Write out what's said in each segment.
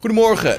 Goedemorgen.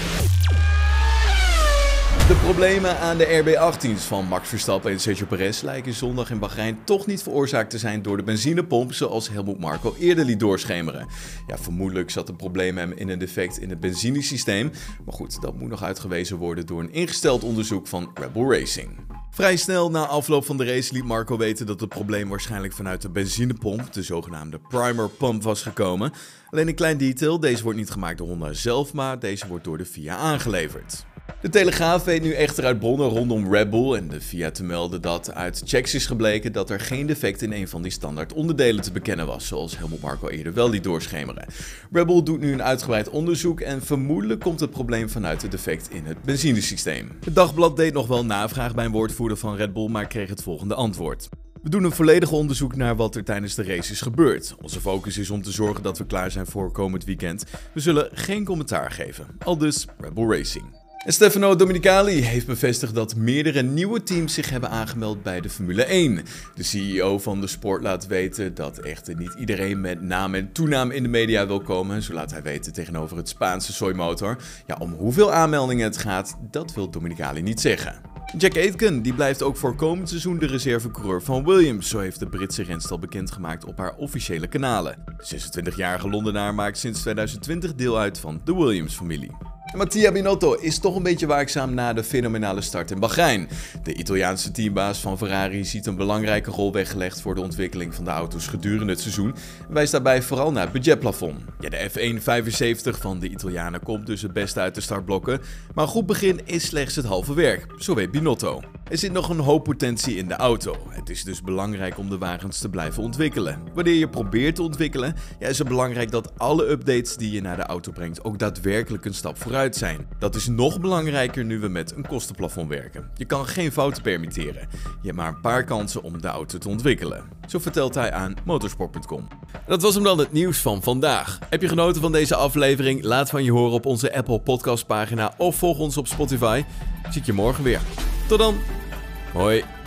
De problemen aan de RB18's van Max Verstappen en Sergio Perez lijken zondag in Bahrein toch niet veroorzaakt te zijn door de benzinepomp zoals Helmut Marko eerder liet doorschemeren. Ja, vermoedelijk zat het probleem hem in een defect in het benzinesysteem, maar goed, dat moet nog uitgewezen worden door een ingesteld onderzoek van Red Bull Racing. Vrij snel na afloop van de race liet Marko weten dat het probleem waarschijnlijk vanuit de benzinepomp, de zogenaamde primer pump, was gekomen. Alleen een klein detail, deze wordt niet gemaakt door Honda zelf, maar deze wordt door de FIA aangeleverd. De Telegraaf weet nu echter uit bronnen rondom Red Bull en de FIA te melden dat uit checks is gebleken dat er geen defect in een van die standaard onderdelen te bekennen was, zoals Helmut Marko eerder wel liet doorschemeren. Red Bull doet nu een uitgebreid onderzoek en vermoedelijk komt het probleem vanuit het defect in het benzinesysteem. Het dagblad deed nog wel navraag bij een woordvoerder van Red Bull, maar kreeg het volgende antwoord. We doen een volledig onderzoek naar wat er tijdens de race is gebeurd. Onze focus is om te zorgen dat we klaar zijn voor komend weekend. We zullen geen commentaar geven. Aldus Red Bull Racing. En Stefano Domenicali heeft bevestigd dat meerdere nieuwe teams zich hebben aangemeld bij de Formule 1. De CEO van de sport laat weten dat echter niet iedereen met naam en toenaam in de media wil komen. Zo laat hij weten tegenover het Spaanse Soy Motor. Ja, om hoeveel aanmeldingen het gaat, dat wil Domenicali niet zeggen. Jack Aitken die blijft ook voor komend seizoen de reservecoureur van Williams, zo heeft de Britse renstal bekendgemaakt op haar officiële kanalen. De 26-jarige Londenaar maakt sinds 2020 deel uit van de Williams-familie. Mattia Binotto is toch een beetje waakzaam na de fenomenale start in Bahrein. De Italiaanse teambaas van Ferrari ziet een belangrijke rol weggelegd voor de ontwikkeling van de auto's gedurende het seizoen en wijst daarbij vooral naar het budgetplafond. Ja, de F1 75 van de Italianen komt dus het beste uit de startblokken, maar een goed begin is slechts het halve werk, zo weet Binotto. Er zit nog een hoop potentie in de auto. Het is dus belangrijk om de wagens te blijven ontwikkelen. Wanneer je probeert te ontwikkelen, is het belangrijk dat alle updates die je naar de auto brengt ook daadwerkelijk een stap vooruit zijn. Dat is nog belangrijker nu we met een kostenplafond werken. Je kan geen fouten permitteren. Je hebt maar een paar kansen om de auto te ontwikkelen. Zo vertelt hij aan motorsport.com. Dat was hem dan het nieuws van vandaag. Heb je genoten van deze aflevering? Laat van je horen op onze Apple Podcast pagina of volg ons op Spotify. Zie ik je morgen weer. Tot dan. Hoi.